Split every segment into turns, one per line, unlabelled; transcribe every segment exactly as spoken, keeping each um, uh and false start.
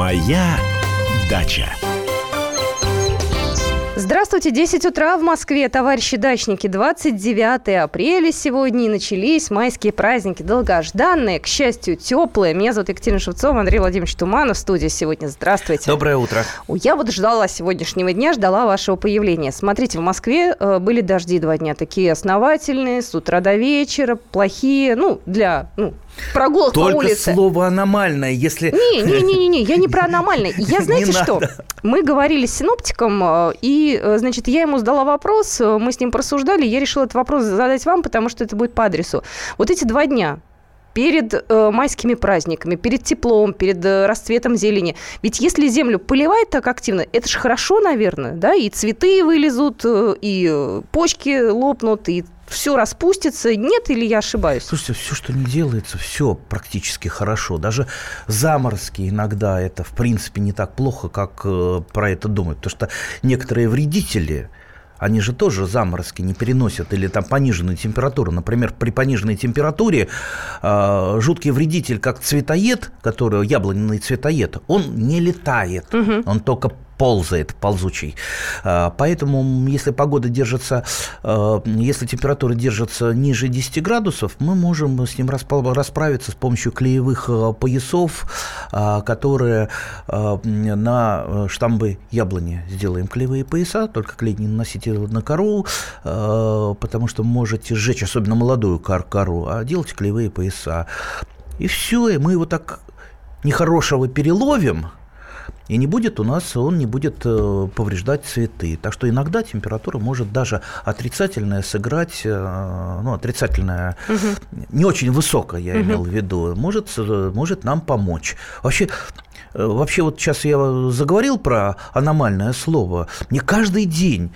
Моя дача.
Здравствуйте, десять утра в Москве, товарищи дачники, двадцать девятое апреля сегодня, и начались майские праздники, долгожданные, к счастью, теплые. Меня зовут Екатерина Шевцова, Андрей Владимирович Туманов в студии сегодня. Здравствуйте.
Доброе утро.
Я вот ждала сегодняшнего дня, ждала вашего появления. Смотрите, в Москве были дожди два дня, такие основательные, с утра до вечера, плохие, ну, для... ну, прогулок
Только
по улице.
Только слово аномальное, если...
Не-не-не, я не про аномальное. Я, знаете что, мы говорили с синоптиком, и, значит, я ему задала вопрос, мы с ним просуждали, я решила этот вопрос задать вам, потому что это будет по адресу. Вот эти два дня перед э, майскими праздниками, перед теплом, перед э, расцветом зелени. Ведь если землю поливать так активно, это же хорошо, наверное, да? И цветы вылезут, э, и э, почки лопнут, и все распустится. Нет, или я ошибаюсь?
Слушайте, все, что не делается, все практически хорошо. Даже заморозки иногда это, в принципе, не так плохо, как э, про это думают. Потому что некоторые вредители... Они же тоже заморозки не переносят или там пониженную температуру. Например, при пониженной температуре э, жуткий вредитель, как цветоед, который яблоневый цветоед, он не летает, угу. Он только ползает, ползучий. Поэтому, если погода держится, если температура держится ниже десяти градусов, мы можем с ним расправиться с помощью клеевых поясов, которые на штамбы яблони сделаем клеевые пояса, только клей не наносите на кору, потому что можете сжечь, особенно молодую кору, а делайте клеевые пояса. И все, и мы его так нехорошего переловим, и не будет у нас, он не будет повреждать цветы. Так что иногда температура может даже отрицательная сыграть, ну, отрицательная, угу. не очень высокая, я угу. имел в виду, может, может нам помочь. Вообще, вообще, вот сейчас я заговорил про аномальное слово. Мне каждый день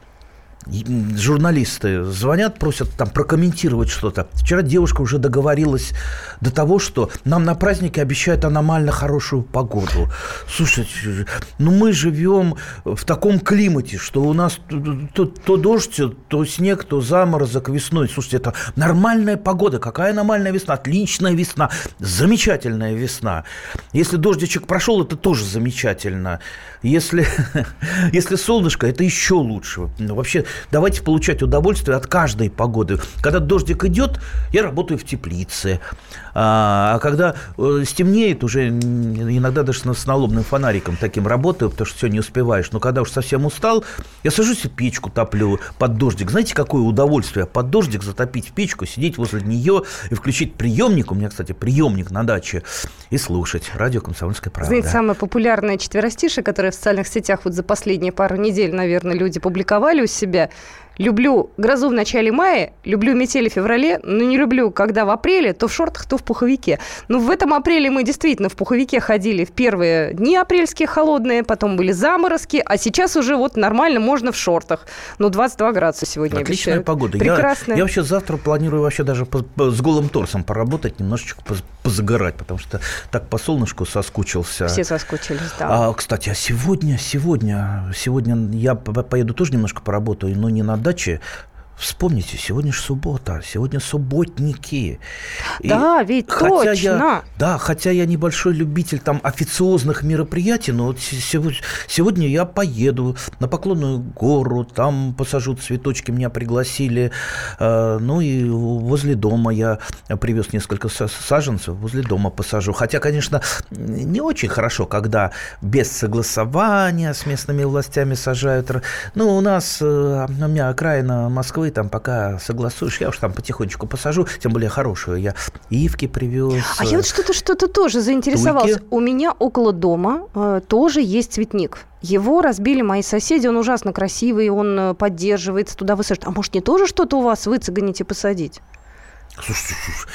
журналисты звонят, просят там прокомментировать что-то. Вчера девушка уже договорилась до того, что нам на празднике обещают аномально хорошую погоду. Слушайте, ну мы живем в таком климате, что у нас то, то дождь, то снег, то заморозок весной. Слушайте, это нормальная погода. Какая нормальная весна? Отличная весна. Замечательная весна. Если дождичек прошел, это тоже замечательно. Если, если солнышко, это еще лучше. Вообще, давайте получать удовольствие от каждой погоды. Когда дождик идет, я работаю в теплице. А когда стемнеет, уже иногда даже с налобным фонариком таким работаю, потому что все не успеваешь. Но когда уж совсем устал, я сажусь и печку топлю под дождик. Знаете, какое удовольствие под дождик затопить в печку, сидеть возле нее и включить приемник. У меня, кстати, приемник на даче. И слушать радио «Комсомольская правда».
Знаете, самое популярное четверостишее, которое в социальных сетях вот за последние пару недель, наверное, люди публиковали у себя. Люблю грозу в начале мая, люблю метели в феврале, но не люблю, когда в апреле, то в шортах, то в пуховике. Но в этом апреле мы действительно в пуховике ходили в первые дни апрельские холодные, потом были заморозки, а сейчас уже вот нормально можно в шортах. Ну, двадцать два градуса сегодня
отличная
обещают.
Погода.
Прекрасная.
Я, я вообще завтра планирую вообще даже по, по, с голым торсом поработать, немножечко позагорать, потому что так по солнышку соскучился.
Все соскучились, да.
А, кстати, а сегодня, сегодня, сегодня я поеду тоже немножко поработаю, но не на даче. Вспомните, сегодня же суббота, сегодня субботники.
Да, и ведь точно.
Я, да, хотя я небольшой любитель там официозных мероприятий, но вот сегодня я поеду на Поклонную гору, там посажу цветочки, меня пригласили. Ну и возле дома я привез несколько саженцев, возле дома посажу. Хотя, конечно, не очень хорошо, когда без согласования с местными властями сажают. Ну, у нас, у меня окраина Москвы, там пока согласуешь, я уж там потихонечку посажу, тем более хорошую. Я ивки привез.
А я вот что-то, что-то тоже заинтересовалась. Туйки. У меня около дома э, тоже есть цветник. Его разбили мои соседи, он ужасно красивый, он поддерживается, туда высаживают. А может, не тоже что-то у вас выцеганить и посадить?
Слушай,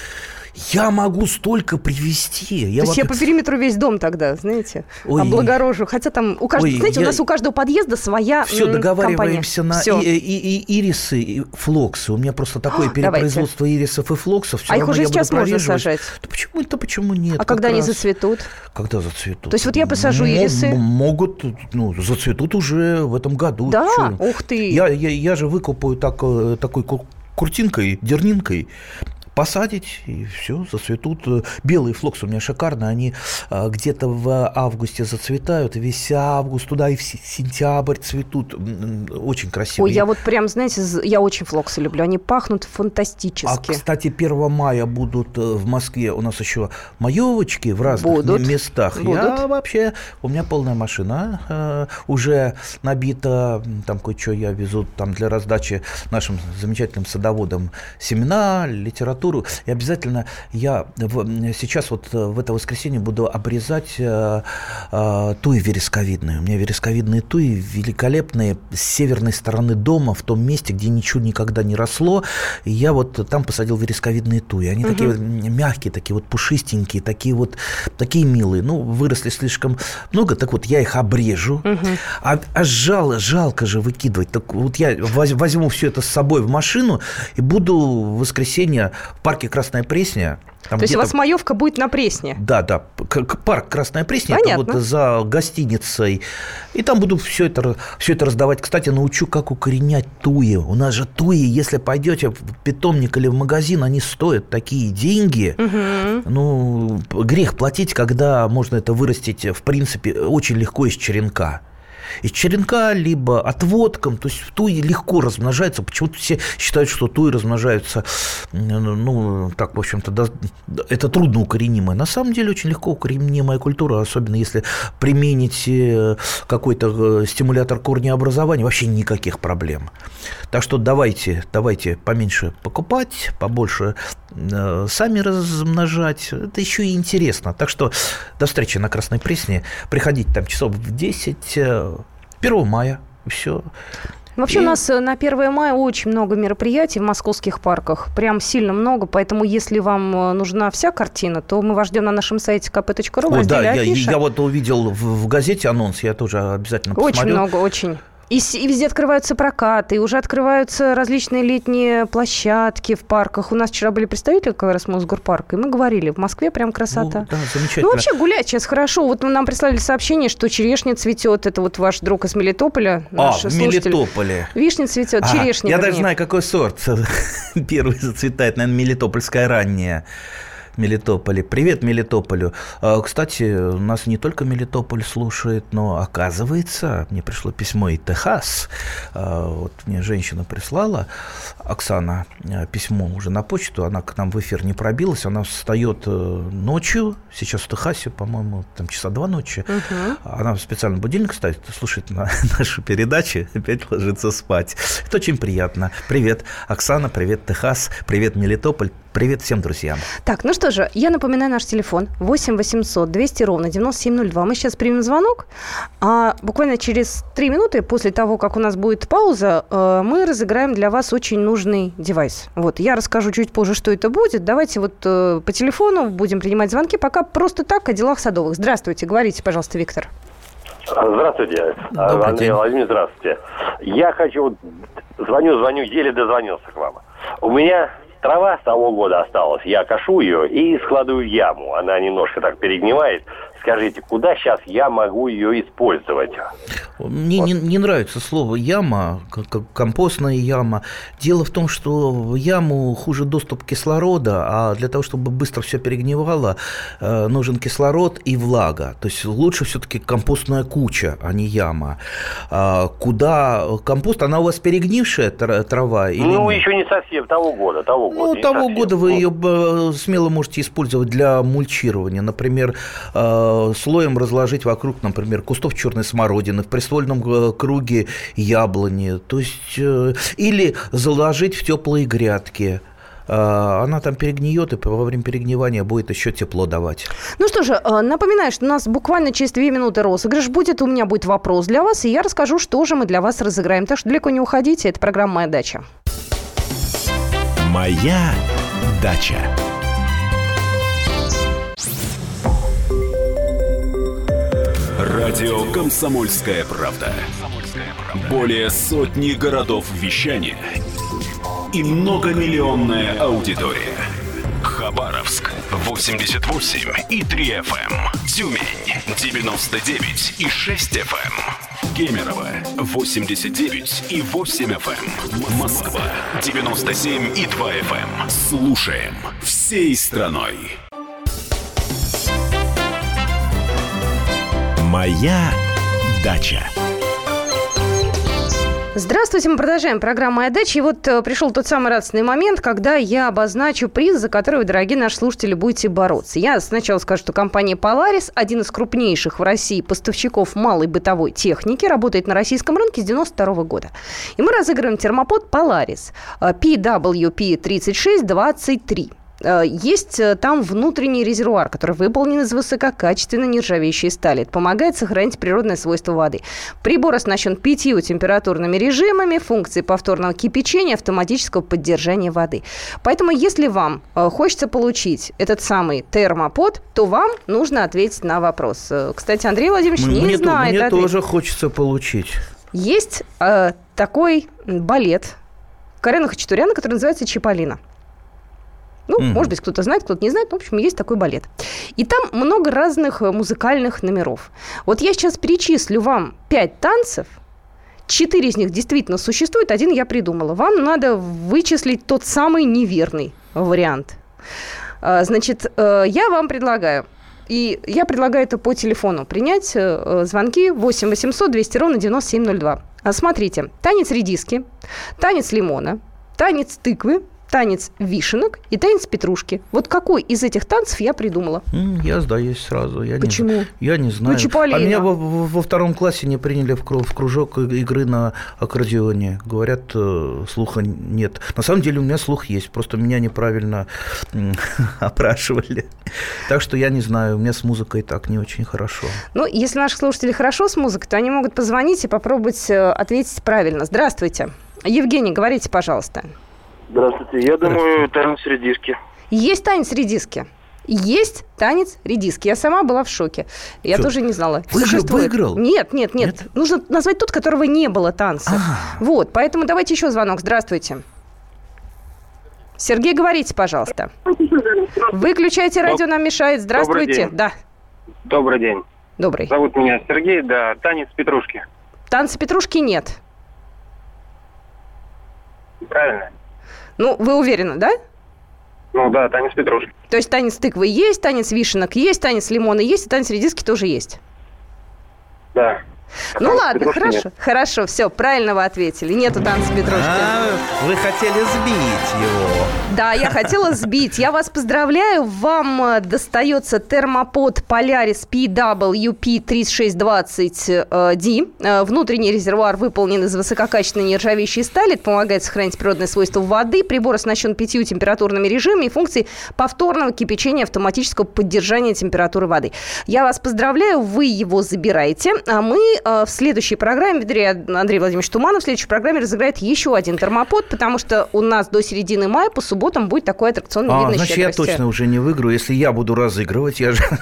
я могу столько привезти. Я
То есть
вообще...
я по периметру весь дом тогда, знаете,
Ой.
облагорожу. Хотя там, у каждого,
Ой,
знаете,
я...
у нас у каждого подъезда своя
Все,
м-
договариваемся
компания.
на
Всё.
И, и, и, ирисы, и флоксы. У меня просто такое
А,
перепроизводство
давайте.
ирисов и флоксов. Всё
а их уже
я
сейчас можно сажать?
Да почему-то, почему нет?
А когда
раз.
они зацветут?
Когда зацветут?
То есть вот я посажу
М-
ирисы?
Могут, ну, зацветут уже в этом году.
Да?
Чё?
Ух ты!
Я, я, я же выкупаю так, такой куртинкой, дернинкой, посадить, и все, зацветут. Белые флоксы у меня шикарные, они где-то в августе зацветают, весь август туда и в сентябрь цветут. Очень красиво.
Ой, я вот прям, знаете, я очень флоксы люблю, они пахнут фантастически.
А, кстати, первого мая будут в Москве у нас еще маевочки в разных будут. местах. Будут. Я вообще, у меня полная машина уже набита, там кое-что я везу там для раздачи нашим замечательным садоводам семена, литературу. И обязательно я в, сейчас вот в это воскресенье буду обрезать э, э, туи вересковидные. У меня вересковидные туи великолепные с северной стороны дома, в том месте, где ничего никогда не росло. И я вот там посадил вересковидные туи. Они угу. такие вот мягкие, такие вот пушистенькие, такие вот такие милые. Ну, выросли слишком много, так вот я их обрежу. Угу. А, а жало, жалко же выкидывать. Так вот я возьму все это с собой в машину и буду в воскресенье в парке Красная Пресня. Там
То есть у вас маевка будет на Пресне?
Да, да. Парк Красная Пресня, это вот за гостиницей. И там буду все это, все это раздавать. Кстати, научу, как укоренять туи. У нас же туи, если пойдете в питомник или в магазин, они стоят такие деньги. Угу. Ну, грех платить, когда можно это вырастить, в принципе, очень легко из черенка. Из черенка, либо отводком, то есть туи легко размножаются. Почему-то все считают, что туи размножаются, ну, так, в общем-то, да, это трудно укоренимое. На самом деле очень легко укоренимая культура, особенно если применить какой-то стимулятор корнеобразования, вообще никаких проблем. Так что давайте, давайте поменьше покупать, побольше э, сами размножать. Это еще и интересно. Так что до встречи на Красной Пресне. Приходите там часов в десять, первого мая, все.
Вообще
и...
у нас на первое мая очень много мероприятий в московских парках. Прям сильно много. Поэтому, если вам нужна вся картина, то мы вас ждем на нашем сайте ка пэ точка ру в разделе
да, я,
афиша.
Я вот увидел в, в газете анонс, я тоже обязательно посмотрю.
Очень много, очень. И, и везде открываются прокаты, и уже открываются различные летние площадки в парках. У нас вчера были представители как раз Мосгорпарка, и мы говорили, в Москве прям красота.
Ну, да, замечательно.
Ну, вообще гулять сейчас хорошо. Вот нам прислали сообщение, что черешня цветет. Это вот ваш друг из Мелитополя.
А, в Мелитополе.
Вишня цветет, ага, черешня.
Я
вернее.
даже знаю, какой сорт первый зацветает, наверное, мелитопольская ранняя. Мелитополе. Привет Мелитополю. Кстати, нас не только Мелитополь слушает, но, оказывается, мне пришло письмо из Техас. Вот мне женщина прислала, Оксана, письмо уже на почту. Она к нам в эфир не пробилась. Она встает ночью, сейчас в Техасе, по-моему, там часа два ночи. Угу. Она специально будильник ставит, слушает на нашу передачу, опять ложится спать. Это очень приятно. Привет, Оксана, привет, Техас, привет, Мелитополь. Привет всем друзьям.
Так, ну что же, я напоминаю наш телефон восемь восемьсот двести ровно девяносто семь ноль два. Мы сейчас примем звонок, а буквально через три минуты после того, как у нас будет пауза, мы разыграем для вас очень нужный девайс. Вот, я расскажу чуть позже, что это будет. Давайте вот по телефону будем принимать звонки, пока просто так о делах садовых. Здравствуйте, говорите, пожалуйста, Виктор.
Здравствуйте, Добрый Андрей день. Владимирович, здравствуйте. Я хочу, звоню, звоню, еле дозвонился к вам. У меня... трава с того года осталась, я кошу ее и складываю в яму. Она немножко так перегнивает. Скажите, куда сейчас я могу ее использовать?
Мне вот. не, не нравится слово «яма», как компостная яма. Дело в том, что в яму хуже доступ кислорода, а для того, чтобы быстро все перегнивало, нужен кислород и влага. То есть лучше все-таки компостная куча, а не яма. Куда компост? Она у вас перегнившая трава? Или
ну,
нет?
еще не совсем, того года. Того
ну,
года,
того
совсем.
года вы ее смело можете использовать для мульчирования. Например, слоем разложить вокруг, например, кустов черной смородины, в приствольном круге яблони, то есть, или заложить в теплые грядки. Она там перегниет, и во время перегнивания будет еще тепло давать.
Ну что же, напоминаю, что у нас буквально через две минуты розыгрыш будет. У меня будет вопрос для вас, и я расскажу, что же мы для вас разыграем. Так что далеко не уходите, это программа «Моя дача».
«Моя дача». Радио «Комсомольская правда». Более сотни городов вещания и многомиллионная аудитория. Хабаровск восемьдесят восемь и три эф эм, Тюмень девяносто девять и шесть эф эм, Кемерово восемьдесят девять и восемь эф эм. Москва девяносто семь и два эф эм. Слушаем всей страной.
Моя дача.
Здравствуйте, мы продолжаем программу «Моя дача». И вот э, пришел тот самый радостный момент, когда я обозначу приз, за который вы, дорогие наши слушатели, будете бороться. Я сначала скажу, что компания «Поларис», один из крупнейших в России поставщиков малой бытовой техники, работает на российском рынке с девяносто второго года. И мы разыгрываем термопод «Поларис» пи дабл ю пи тридцать шесть двадцать три. Есть там внутренний резервуар, который выполнен из высококачественной нержавеющей стали. Это помогает сохранить природное свойство воды. Прибор оснащен пятью температурными режимами, функцией повторного кипячения, автоматического поддержания воды. Поэтому, если вам хочется получить этот самый термопод, то вам нужно ответить на вопрос. Кстати, Андрей Владимирович не
мне
знает
Мне
ответ.
тоже хочется получить.
Есть э, такой балет Карена Хачатуряна, который называется «Чиполлино». Ну, mm. может быть, кто-то знает, кто-то не знает. Но, в общем, есть такой балет. И там много разных музыкальных номеров. Вот я сейчас перечислю вам пять танцев. Четыре из них действительно существуют. Один я придумала. Вам надо вычислить тот самый неверный вариант. Значит, я вам предлагаю. И я предлагаю это по телефону принять. Звонки восемь восемьсот двести ровно девяносто семь ноль два. Смотрите. Танец редиски, танец лимона, танец тыквы, танец вишенок и танец петрушки. Вот какой из этих танцев я придумала?
Я сдаюсь сразу. Я
Почему?
Не, я не знаю.
Ну, Чиполлино.
А меня во, во втором классе не приняли в кружок игры на аккордеоне. Говорят, слуха нет. На самом деле у меня слух есть. Просто меня неправильно опрашивали. Так что я не знаю. У меня с музыкой так не очень хорошо.
Ну, если наши слушатели хорошо с музыкой, то они могут позвонить и попробовать ответить правильно. Здравствуйте. Евгений, говорите, пожалуйста.
Здравствуйте. Я думаю, танец редиски.
Есть танец редиски. Есть танец редиски. Я сама была в шоке. Я
Что?
тоже не знала.
Выиграл? Выиграл?
Нет, нет, нет, нет. Нужно назвать тот, которого не было танца.
А-а-а.
Вот, поэтому давайте еще звонок. Здравствуйте. Сергей, говорите, пожалуйста. Выключайте радио, нам мешает. Здравствуйте.
Добрый день.
Да.
Добрый день.
Добрый.
Зовут меня Сергей, да, танец петрушки.
Танца петрушки нет.
Правильно?
Ну, вы уверены, да?
Ну да, танец петрушки.
То есть танец тыквы есть, танец вишенок есть, танец лимона есть, и танец редиски тоже есть.
Да.
Ну
танец
ладно,
петрушки
хорошо,
нет.
хорошо, все, правильно вы ответили. Нету танца петрушки.
А, вы хотели сбить его.
Да, я хотела сбить. Я вас поздравляю. Вам достается термопод Polaris пи дабл ю пи тридцать шесть двадцать ди. Внутренний резервуар выполнен из высококачественной нержавеющей стали. Это помогает сохранить природные свойства воды. Прибор оснащен пятью температурными режимами и функцией повторного кипячения, автоматического поддержания температуры воды. Я вас поздравляю. Вы его забираете. А мы в следующей программе, Андрей Владимирович Туманов в следующей программе разыграет еще один термопод, потому что у нас до середины мая по субботам будет такой аттракцион невиданной
А, значит,
щедрости.
я точно уже не выиграю. Если я буду разыгрывать, я же,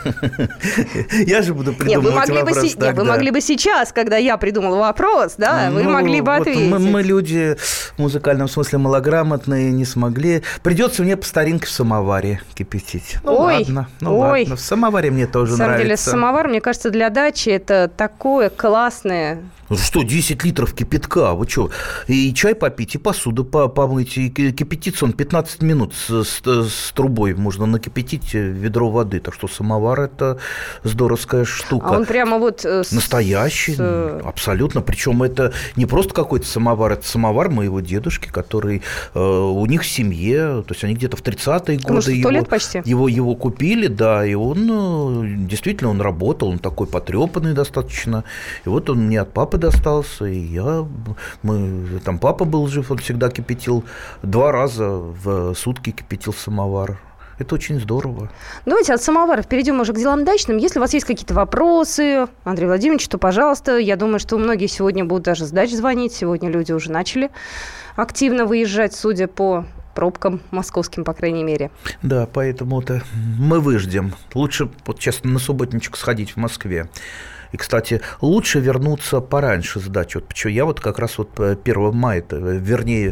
я же буду придумывать
Нет, вы могли
вопрос.
бы си... Нет, вы могли бы сейчас, когда я придумала вопрос, да, вы
Ну,
могли бы
вот
ответить.
Мы, мы люди в музыкальном смысле малограмотные, не смогли. Придется мне по старинке в самоваре кипятить. Ну
Ой,
ладно, ну
ой.
ладно. В самоваре мне тоже
На самом
нравится.
деле, самовар, мне кажется, для дачи это такое классное.
Ну что, десять литров кипятка, вы что? И чай попить, и посуду помыть, и кипятиться он пятнадцать минут с, с, с трубой можно накипятить ведро воды. Так что самовар – это здоровская штука.
А он прямо вот... С...
Настоящий, с... абсолютно. Причем это не просто какой-то самовар, это самовар моего дедушки, который э, у них в семье, то есть они где-то в тридцатые годы
сто
его,
лет почти.
Его, его купили, да, и он э, действительно он работал, он такой потрепанный достаточно. И вот он мне от папы достался, и я, мы, там папа был жив, он всегда кипятил, два раза в сутки кипятил самовар. Это очень здорово.
Давайте от самоваров перейдем уже к делам дачным. Если у вас есть какие-то вопросы, Андрей Владимирович, то, пожалуйста. Я думаю, что многие сегодня будут даже с дач звонить. Сегодня люди уже начали активно выезжать, судя по пробкам московским, по крайней мере.
Да, поэтому-то мы выждем. Лучше вот сейчас на субботничек сходить в Москве. И, кстати, лучше вернуться пораньше с дачи. Вот почему я вот как раз вот первого мая, вернее,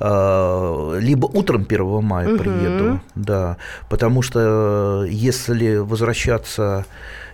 либо утром первого мая угу. приеду, да, потому что если возвращаться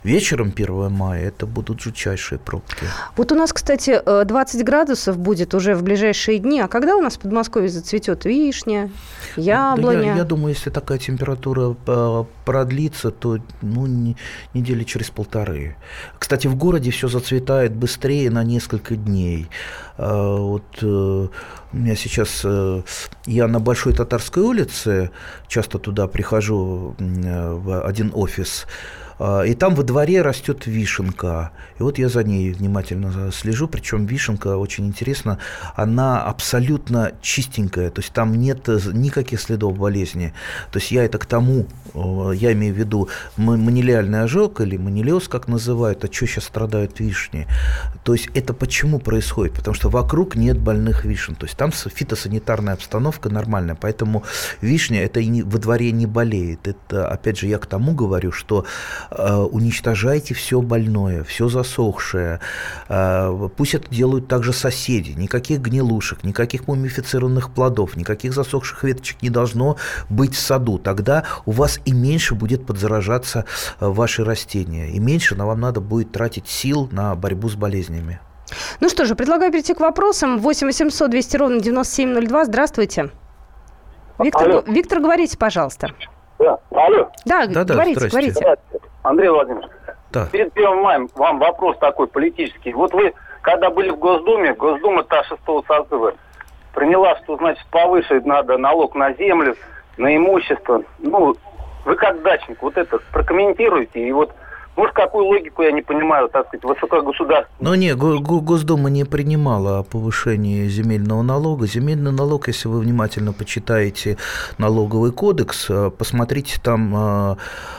вечером первого мая это будут жутчайшие пробки.
Вот у нас, кстати, двадцать градусов будет уже в ближайшие дни. А когда у нас в Подмосковье зацветет вишня, яблоня?
Да я, я думаю, если такая температура продлится, то ну, не, недели через полторы. Кстати, в городе все зацветает быстрее на несколько дней. Вот у меня сейчас, я на Большой Татарской улице, часто туда прихожу в один офис, и там во дворе растет вишенка. И вот я за ней внимательно слежу. Причем вишенка, очень интересно, она абсолютно чистенькая. То есть там нет никаких следов болезни. То есть я это к тому, я имею в виду манилиальный ожог или манилиоз, как называют, а что сейчас страдают вишни. То есть это почему происходит? Потому что вокруг нет больных вишен. То есть там фитосанитарная обстановка нормальная. Поэтому вишня это и во дворе не болеет. Это, опять же, я к тому говорю, что уничтожайте все больное, все засохшее. Пусть это делают также соседи. Никаких гнилушек, никаких мумифицированных плодов, никаких засохших веточек не должно быть в саду. Тогда у вас и меньше будет подзаражаться ваши растения, и меньше вам надо будет тратить сил на борьбу с болезнями.
Ну что же, предлагаю перейти к вопросам. восемь восемьсот двести ровно девяносто семь ноль два. Здравствуйте. Виктор, Виктор, говорите, пожалуйста.
Да, алло.
Да, да, говорите,
да,
говорите.
Андрей Владимирович,
да.
Перед первым маем вам вопрос такой политический. Вот вы, когда были в Госдуме, Госдума-то шестого созыва приняла, что, значит, повышать надо налог на землю, на имущество. Ну, вы как дачник вот это прокомментируете, и вот может, какую логику, я не понимаю, так сказать, высокогосударственную.
Ну, не, Госдума не принимала о повышении земельного налога. Земельный налог, если вы внимательно почитаете налоговый кодекс, посмотрите там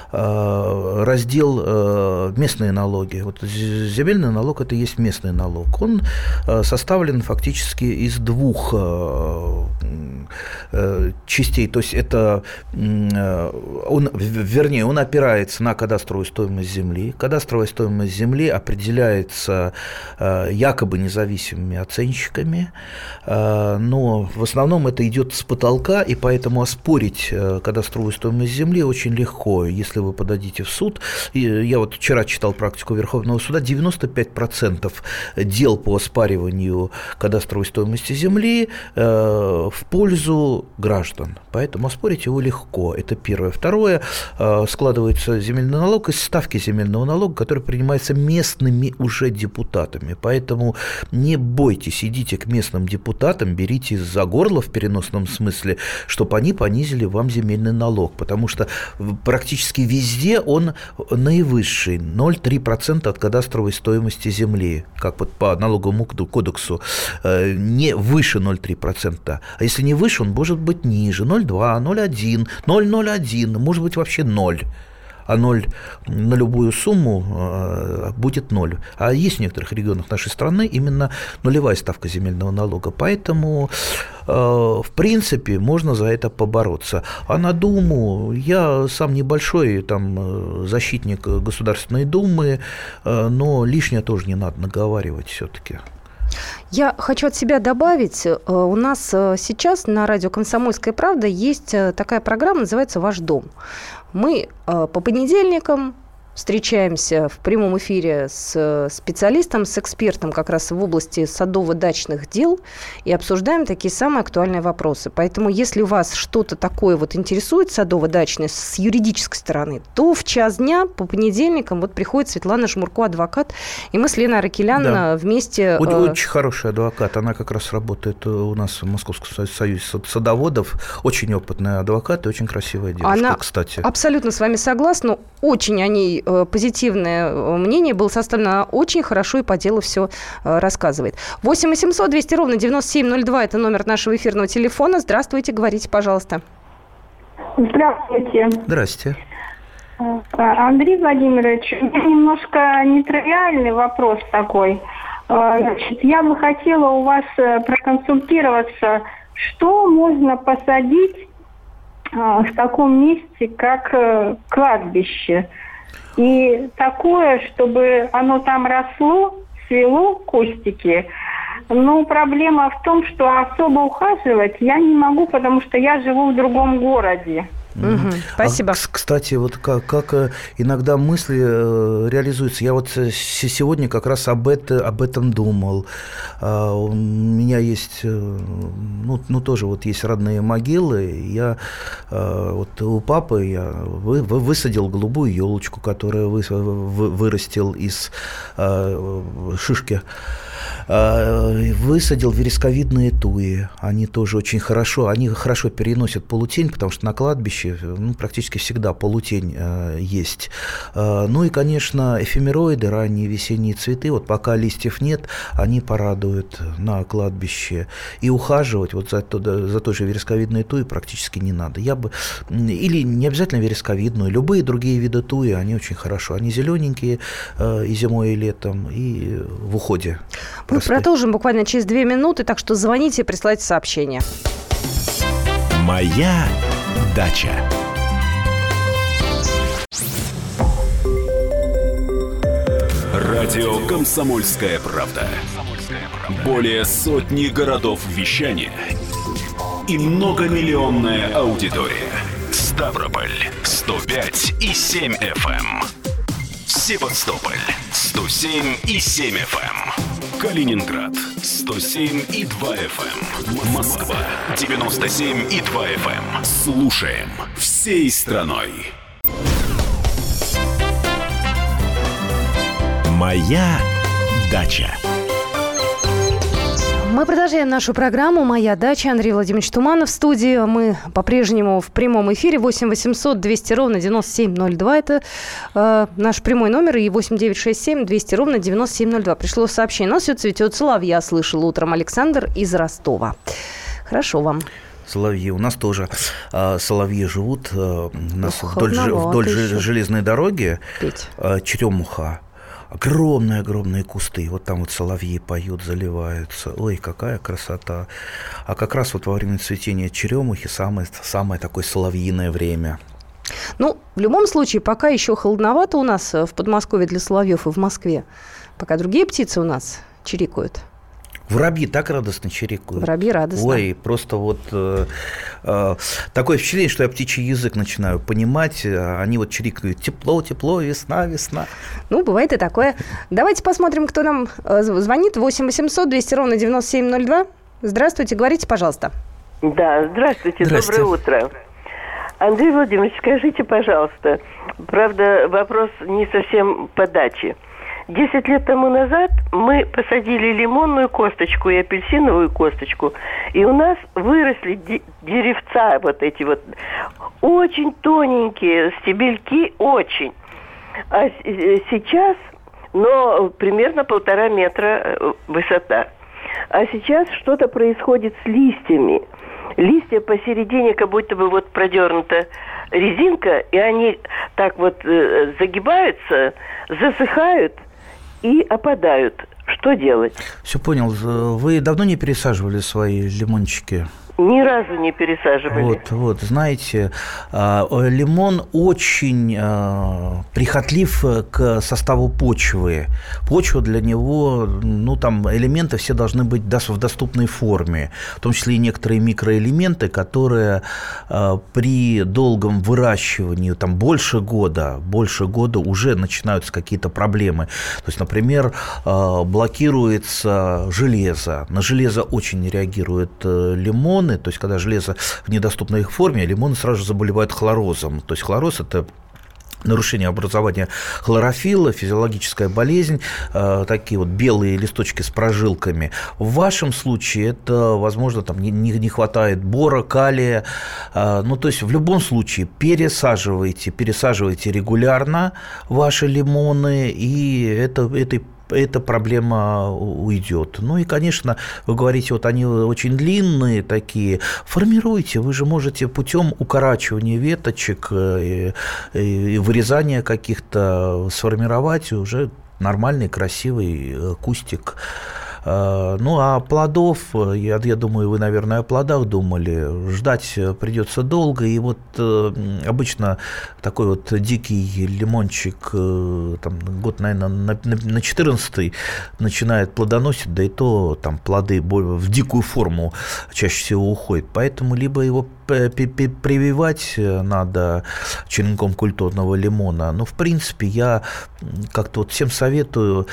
раздел «Местные налоги». Вот земельный налог – это и есть местный налог. Он составлен фактически из двух частей. То есть это, он, вернее, он опирается на кадастровую стоимость земли. Кадастровая стоимость земли определяется якобы независимыми оценщиками, но в основном это идет с потолка, и поэтому оспорить кадастровую стоимость земли очень легко, если вы подадите в суд. Я вот вчера читал практику Верховного суда, девяносто пять процентов дел по оспариванию кадастровой стоимости земли в пользу граждан, поэтому оспорить его легко, это первое. Второе, складывается земельный налог из ставки земельного налога, который принимается местными уже депутатами. Поэтому не бойтесь, идите к местным депутатам, берите за горло в переносном смысле, чтобы они понизили вам земельный налог, потому что практически везде он наивысший, ноль целых три десятых процента от кадастровой стоимости земли, как вот по налоговому кодексу, не выше ноль целых три десятых процента. А если не выше, он может быть ниже, ноль целых два, ноль целых один, ноль целых ноль один, может быть вообще ноль. А ноль на любую сумму э, будет ноль. А есть в некоторых регионах нашей страны именно нулевая ставка земельного налога. Поэтому, э, в принципе, можно за это побороться. А на Думу, я сам небольшой там, защитник Государственной Думы, э, но лишнее тоже не надо наговаривать все-таки.
Я хочу от себя добавить, у нас сейчас на радио «Комсомольская правда» есть такая программа, называется «Ваш дом». Мы по понедельникам встречаемся в прямом эфире с специалистом, с экспертом как раз в области садово-дачных дел и обсуждаем такие самые актуальные вопросы. Поэтому, если вас что-то такое вот интересует садово-дачное с юридической стороны, то в час дня по понедельникам вот приходит Светлана Жмурко, адвокат, и мы с Леной Аракелян да. вместе...
Очень, э... очень хороший адвокат. Она как раз работает у нас в Московском союзе садоводов. Очень опытная адвокат и очень красивая девушка,
Она
кстати.
Абсолютно с вами согласна. Очень о ней позитивное мнение было составлено, она очень хорошо и по делу все рассказывает. восемь восемьсот двести ровно девяносто семь ноль два – это номер нашего эфирного телефона. Здравствуйте, говорите, пожалуйста.
Здравствуйте.
Здрасте.
Андрей Владимирович, у меня немножко нетривиальный вопрос такой. Значит, я бы хотела у вас проконсультироваться, что можно посадить в таком месте, как кладбище. И такое, чтобы оно там росло, свело кустики. Но проблема в том, что особо ухаживать я не могу, потому что я живу в другом городе.
Угу, спасибо.
А, кстати, вот как, как иногда мысли реализуются. Я вот сегодня как раз об, это, об этом думал. У меня есть, ну, ну тоже вот есть родные могилы. Я вот у папы я вы, вы, высадил голубую елочку, которую вы, вы, вырастил из шишки. Высадил вересковидные туи. Они тоже очень хорошо, они хорошо переносят полутень, потому что на кладбище ну, практически всегда полутень э, есть. Э, ну и, конечно, эфемероиды, ранние весенние цветы, вот пока листьев нет, они порадуют на кладбище. И ухаживать вот за, за той же вересковидной туи практически не надо. Я бы, или не обязательно вересковидную, любые другие виды туи, они очень хорошо. Они зелененькие э, и зимой, и летом, и в уходе.
Мы продолжим буквально через две минуты, так что звоните и присылайте сообщения.
Моя дача.
Радио «Комсомольская правда». Более сотни городов вещания и многомиллионная аудитория. Ставрополь сто пять и семь эф эм. Севастополь сто семь и семь эф эм. Калининград сто семь и два эф эм. Москва девяносто семь и два эф эм. Слушаем всей страной.
Моя дача.
Мы продолжаем нашу программу «Моя дача». Андрей Владимирович Туманов в студии. Мы по-прежнему в прямом эфире. восемь восемьсот двести ровно девяносто семь ноль два. Это э, наш прямой номер. И восемь девятьсот шестьдесят семь двести ровно девяносто семь ноль два. Пришло сообщение. У нас все цветет. Соловья слышал утром. Александр из Ростова. Хорошо вам.
Соловьи. У нас тоже э, соловьи живут. Э, у нас Ох, вдоль, вдоль железной дороги. Э, черемуха. Огромные-огромные кусты. Вот там вот соловьи поют, заливаются. Ой, какая красота. А как раз вот во время цветения черемухи самое, самое такое соловьиное время.
Ну, в любом случае, пока еще холодновато у нас в Подмосковье для соловьев и в Москве. Пока другие птицы у нас чирикают.
Воробьи так радостно чирикают.
Воробьи радостно.
Ой, просто вот э, э, такое впечатление, что я птичий язык начинаю понимать. Они вот чирикают: тепло, тепло, весна, весна.
Ну, бывает и такое. Давайте посмотрим, кто нам звонит. восемь восемьсот двести ровно девяносто семь ноль два. Здравствуйте, говорите, пожалуйста.
Да, здравствуйте,
здравствуйте.
Доброе утро. Андрей Владимирович, скажите, пожалуйста, правда, вопрос не совсем по даче. Десять лет тому назад мы посадили лимонную косточку и апельсиновую косточку, и у нас выросли де- деревца вот эти вот, очень тоненькие, стебельки очень. А с- сейчас, но примерно полтора метра высота. А сейчас что-то происходит с листьями. Листья посередине как будто бы вот продернута резинка, и они так вот э, загибаются, засыхают и опадают. Что делать?
Все понял. Вы давно не пересаживали свои лимончики?
Ни разу не пересаживали.
Вот, вот, знаете, лимон очень прихотлив к составу почвы. Почва для него, ну, там элементы все должны быть в доступной форме, в том числе и некоторые микроэлементы, которые при долгом выращивании, там, больше года, больше года уже начинаются какие-то проблемы. То есть, например, блокируется железо. На железо очень не реагирует лимон. То есть, когда железо в недоступной их форме, лимоны сразу же заболевают хлорозом. То есть, хлороз – это нарушение образования хлорофилла, физиологическая болезнь, э, такие вот белые листочки с прожилками. В вашем случае это, возможно, там не, не хватает бора, калия. Э, ну, то есть, в любом случае пересаживайте, пересаживайте регулярно ваши лимоны, и это, этой эта проблема уйдет. Ну и, конечно, вы говорите, вот они очень длинные такие. Формируйте, вы же можете путем укорачивания веточек и, и вырезания каких-то сформировать уже нормальный, красивый кустик. Ну, а плодов, я, я думаю, вы, наверное, о плодах думали, ждать придется долго, и вот обычно такой вот дикий лимончик, там, год, наверное, на, на четырнадцатый начинает плодоносить, да и то там плоды в дикую форму чаще всего уходят, поэтому либо его прививать надо черенком культурного лимона. Но, в принципе, я как-то вот всем советую,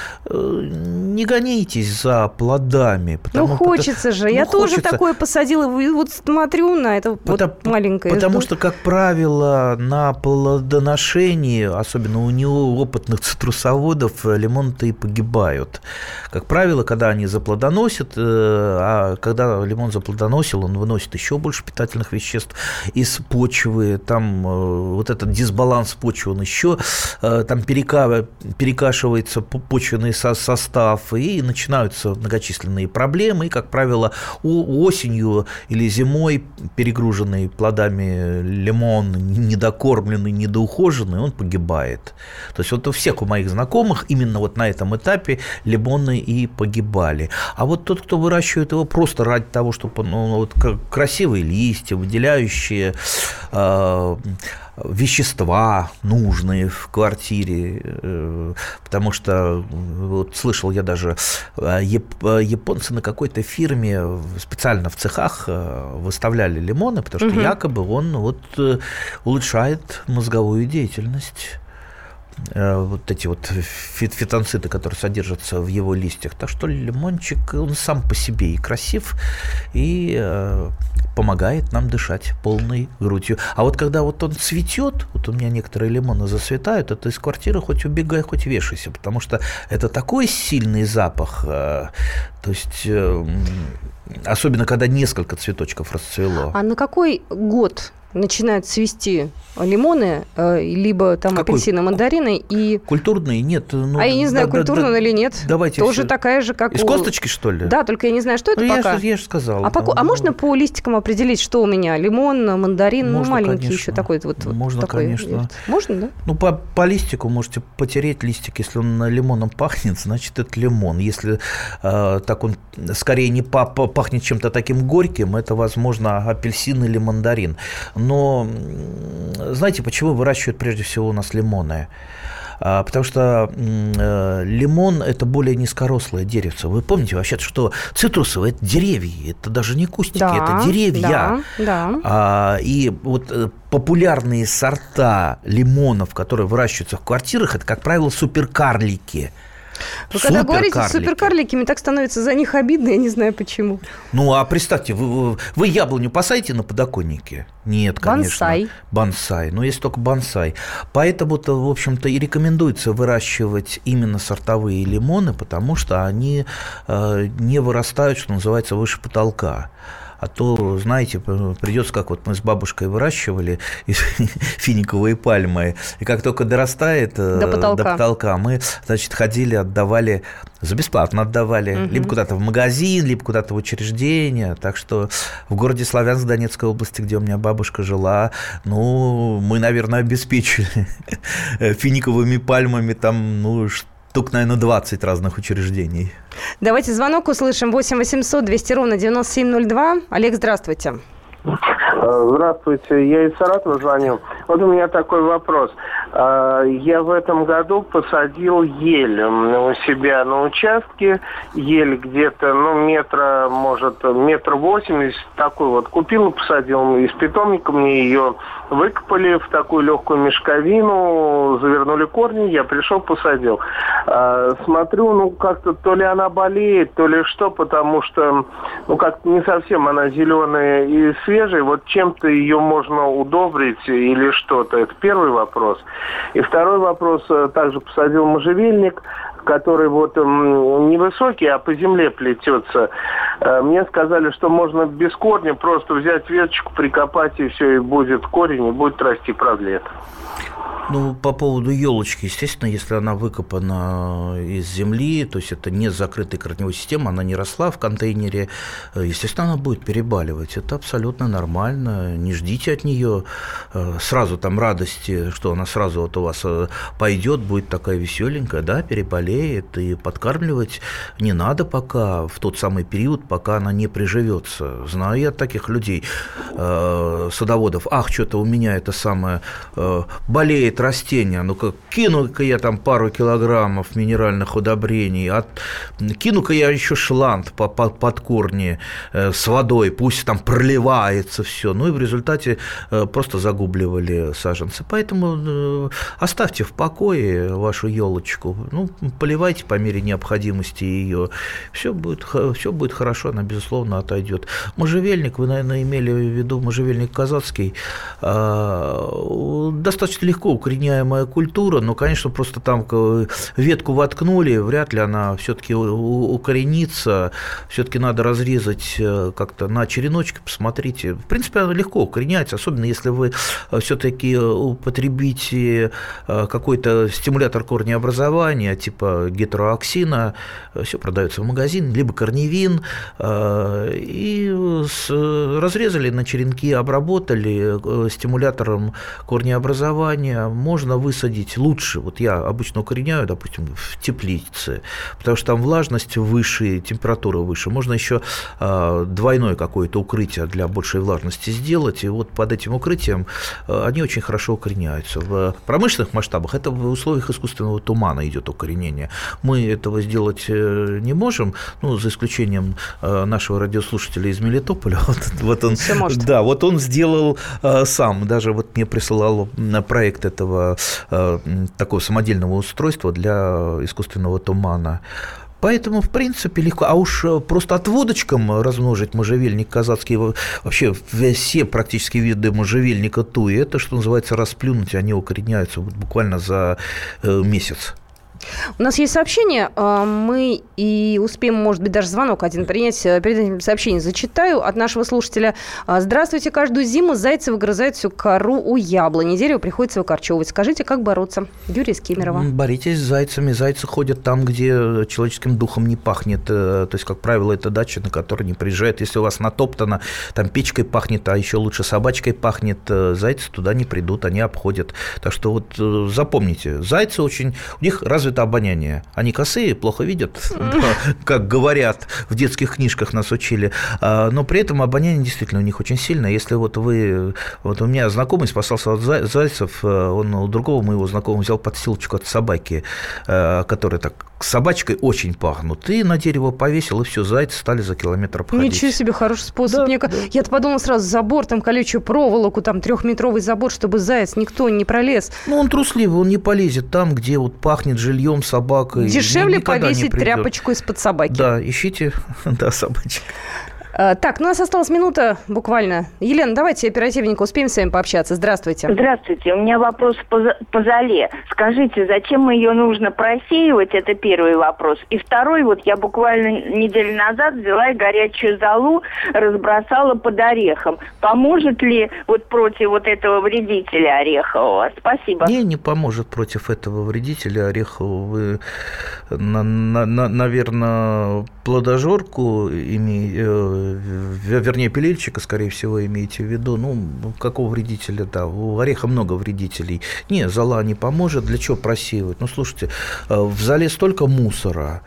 не гонитесь за плодами.
Ну, хочется потому, же. Ну, я хочется. тоже такое посадила, и вот смотрю на это потому, вот маленькое.
Потому что, как правило, на плодоношении, особенно у неопытных цитрусоводов, лимоны-то и погибают. Как правило, когда они заплодоносят, а когда лимон заплодоносил, он выносит еще больше питательных веществ из почвы, там вот этот дисбаланс почвы, он еще там перека, перекашивается почвенный состав, и начинаются многочисленные проблемы, и, как правило, осенью или зимой перегруженный плодами лимон, недокормленный, недоухоженный, он погибает. То есть вот у всех у моих знакомых именно вот на этом этапе лимоны и погибали. А вот тот, кто выращивает его просто ради того, чтобы ну, вот, красивые листья, выделяющие э, вещества нужные в квартире, э, потому что вот, слышал я даже, яп, японцы на какой-то фирме специально в цехах выставляли лимоны, потому что угу. якобы он вот, улучшает мозговую деятельность. Вот эти вот фитонциды, которые содержатся в его листьях. Так что лимончик, он сам по себе и красив, и э, помогает нам дышать полной грудью. А вот когда вот он цветет, вот у меня некоторые лимоны зацветают, это из квартиры хоть убегай, хоть вешайся, потому что это такой сильный запах, э, то есть... Э, особенно, когда несколько цветочков расцвело.
А на какой год начинают цвести лимоны, либо там Какой? апельсины, мандарины и...
Культурные? Нет. Ну,
а я не знаю, да, культурные да, или нет.
Давайте
Тоже
все...
такая же, как
Из
у...
косточки, что ли?
Да, только я не знаю, что это
ну,
пока.
Я, я же сказал.
А, по... а можно по листикам определить, что у меня? Лимон, мандарин, можно, ну, маленький конечно. еще такой вот.
Можно,
такой.
конечно.
Можно, да?
Ну, по, по листику можете потереть листик. Если он лимоном пахнет, значит, это лимон. Если э, так он скорее не пахнет чем-то таким горьким, это, возможно, апельсин или мандарин. Но... Знаете, почему выращивают прежде всего у нас лимоны? Потому что э, лимон – это более низкорослое деревце. Вы помните вообще, что цитрусовые – это деревья, это даже не кустики, да, это деревья.
Да, да.
А, и вот популярные сорта лимонов, которые выращиваются в квартирах, это, как правило, суперкарлики.
Вы когда говорите с суперкарликами, так становится за них обидно, я не знаю почему.
Ну, а представьте, вы, вы яблоню посадите на подоконнике? Нет, конечно.
Бонсай.
Бонсай. Ну, есть только бонсай. Поэтому-то, в общем-то, и рекомендуется выращивать именно сортовые лимоны, потому что они э, не вырастают, что называется, выше потолка. А то, знаете, придется, как вот мы с бабушкой выращивали финиковые пальмы, и как только дорастает
до потолка,
до потолка мы, значит, ходили, отдавали, за бесплатно отдавали, угу. либо куда-то в магазин, либо куда-то в учреждение. Так что в городе Славянск Донецкой области, где у меня бабушка жила, ну, мы, наверное, обеспечили финиковыми пальмами там, ну, что Только, наверное, двадцать разных учреждений.
Давайте звонок услышим. восемь восемьсот двести ровно девяносто семь ноль два. Олег, здравствуйте.
Здравствуйте, я из Саратова звоню. Вот у меня такой вопрос. Я в этом году посадил ель у себя на участке. Ель где-то, ну, метра, может, метр восемьдесят. Такой вот купил и посадил. Из питомника мне ее выкопали в такую легкую мешковину, завернули корни, я пришел, посадил. Смотрю, ну, как-то то ли она болеет, то ли что, потому что, ну, как-то не совсем она зеленая и свежая. Вот чем-то ее можно удобрить или что-то. Это первый вопрос. И второй вопрос. Также посадил можжевельник, который вот невысокий, а по земле плетется. Мне сказали, что можно без корня просто взять веточку, прикопать, и все, и будет корень, и будет расти продлет.
Ну, по поводу елочки, естественно, если она выкопана из земли, то есть это не закрытая корневая система, она не росла в контейнере, естественно, она будет перебаливать. Это абсолютно нормально. Не ждите от нее сразу там радости, что она сразу вот у вас пойдет, будет такая веселенькая, да, переболеет, и подкармливать не надо пока, в тот самый период, пока она не приживется. Знаю я таких людей, садоводов, ах, что-то у меня это самое болеет, имеет растение, ну как кину-ка я там пару килограммов минеральных удобрений, от, кину-ка я еще шланг по, по, под корни э, с водой, пусть там проливается все, ну и в результате э, просто загубливали саженцы. Поэтому э, оставьте в покое вашу елочку, ну, поливайте по мере необходимости ее, все будет, все будет хорошо, она, безусловно, отойдет. Можжевельник, вы, наверное, имели в виду можжевельник казацкий, э, достаточно легко укореняемая культура, но, конечно, просто там ветку воткнули, вряд ли она все-таки укоренится, все-таки надо разрезать как-то на череночки, посмотрите. В принципе, она легко укореняется, особенно если вы все-таки употребите какой-то стимулятор корнеобразования, типа гетероаксина, все продается в магазине, либо корневин, и разрезали на черенки, обработали стимулятором корнеобразования, можно высадить лучше. Вот я обычно укореняю, допустим, в теплице, потому что там влажность выше, температура выше. Можно еще двойное какое-то укрытие для большей влажности сделать, и вот под этим укрытием они очень хорошо укореняются. В промышленных масштабах это в условиях искусственного тумана идет укоренение. Мы этого сделать не можем, ну, за исключением нашего радиослушателя из Мелитополя. Вот, вот он, да, вот он сделал сам, даже вот мне присылал проект этого такого самодельного устройства для искусственного тумана. Поэтому, в принципе, легко. А уж просто отводочком размножить можжевельник казацкий, вообще все практически виды можжевельника туи, это, что называется, расплюнуть, они укореняются буквально за месяц.
У нас есть сообщение, мы и успеем, может быть, даже звонок один принять. Перед этим сообщение зачитаю от нашего слушателя. Здравствуйте, каждую зиму зайцы выгрызают всю кору у яблони, дерево приходится выкорчевывать. Скажите, как бороться? Юрий из Кемерово.
Боритесь с зайцами. Зайцы ходят там, где человеческим духом не пахнет. То есть, как правило, это дача, на которой не приезжают. Если у вас натоптано, там печкой пахнет, а еще лучше собачкой пахнет, зайцы туда не придут, они обходят. Так что вот запомните, зайцы очень... У них разве это обоняние. Они косые, плохо видят, как говорят, в детских книжках нас учили. Но при этом обоняние действительно у них очень сильное. Если вот вы... Вот у меня знакомый спасался от зайцев, он у другого моего знакомого взял подстилочку от собаки, которая так собачкой очень пахнут, и на дерево повесил, и все, зайцы стали за километр обходить.
Ничего себе, хороший способ.
Да,
Мне...
да.
Я-то подумала сразу, забор, там колючую проволоку, там трехметровый забор, чтобы заяц никто не пролез.
Ну, он трусливый, он не полезет там, где вот пахнет жильем, собакой.
Дешевле повесить тряпочку из-под собаки.
Да, ищите, да, собачек.
Так, ну, у нас осталась минута буквально. Елена, давайте оперативненько успеем с вами пообщаться. Здравствуйте.
Здравствуйте. У меня вопрос по, по золе. Скажите, зачем ее нужно просеивать? Это первый вопрос. И второй, вот я буквально неделю назад взяла и горячую золу разбросала под орехом. Поможет ли вот против вот этого вредителя орехового? Спасибо.
Не, не поможет против этого вредителя орехового. Вы, на, на, на, наверное, плодожорку имеете... Вернее, пилильщика, скорее всего, имеете в виду. Ну, какого вредителя, да, у ореха много вредителей. Не, зола не поможет, для чего просеивать? Ну, слушайте, в золе столько мусора,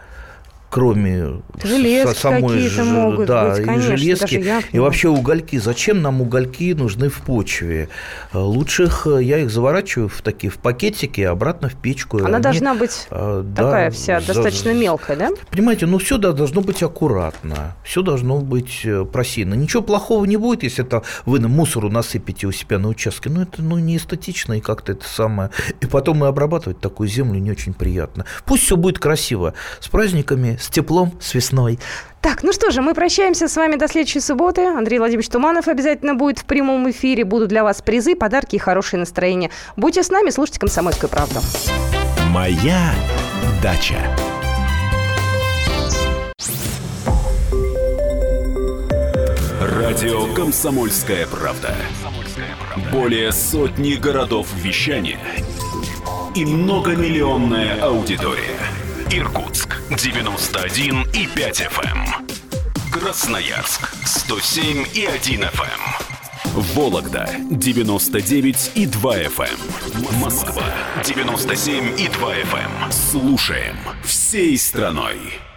кроме
железки
самой
ж... могут
да,
быть,
и
конечно,
железки, и вообще угольки. Зачем нам угольки нужны в почве? Лучше их, я их заворачиваю в такие в пакетики, обратно в печку.
Она Они, должна быть да, такая вся, за, достаточно мелкая, да?
Понимаете, ну все да, должно быть аккуратно, все должно быть просеяно. Ничего плохого не будет, если это вы мусору насыпите у себя на участке. Ну это ну, не эстетично и как-то это самое. И потом и обрабатывать такую землю не очень приятно. Пусть все будет красиво. С праздниками, с теплом, с весной.
Так, ну что же, мы прощаемся с вами до следующей субботы. Андрей Владимирович Туманов обязательно будет в прямом эфире. Будут для вас призы, подарки и хорошее настроение. Будьте с нами, слушайте «Комсомольскую правду».
Моя дача.
Радио «Комсомольская правда». Более сотни городов вещания и многомиллионная аудитория. Иркутск девяносто один и пять эф эм, Красноярск сто семь и один эф эм, Вологда девяносто девять и два эф эм, Москва девяносто семь и два эф эм. Слушаем всей страной.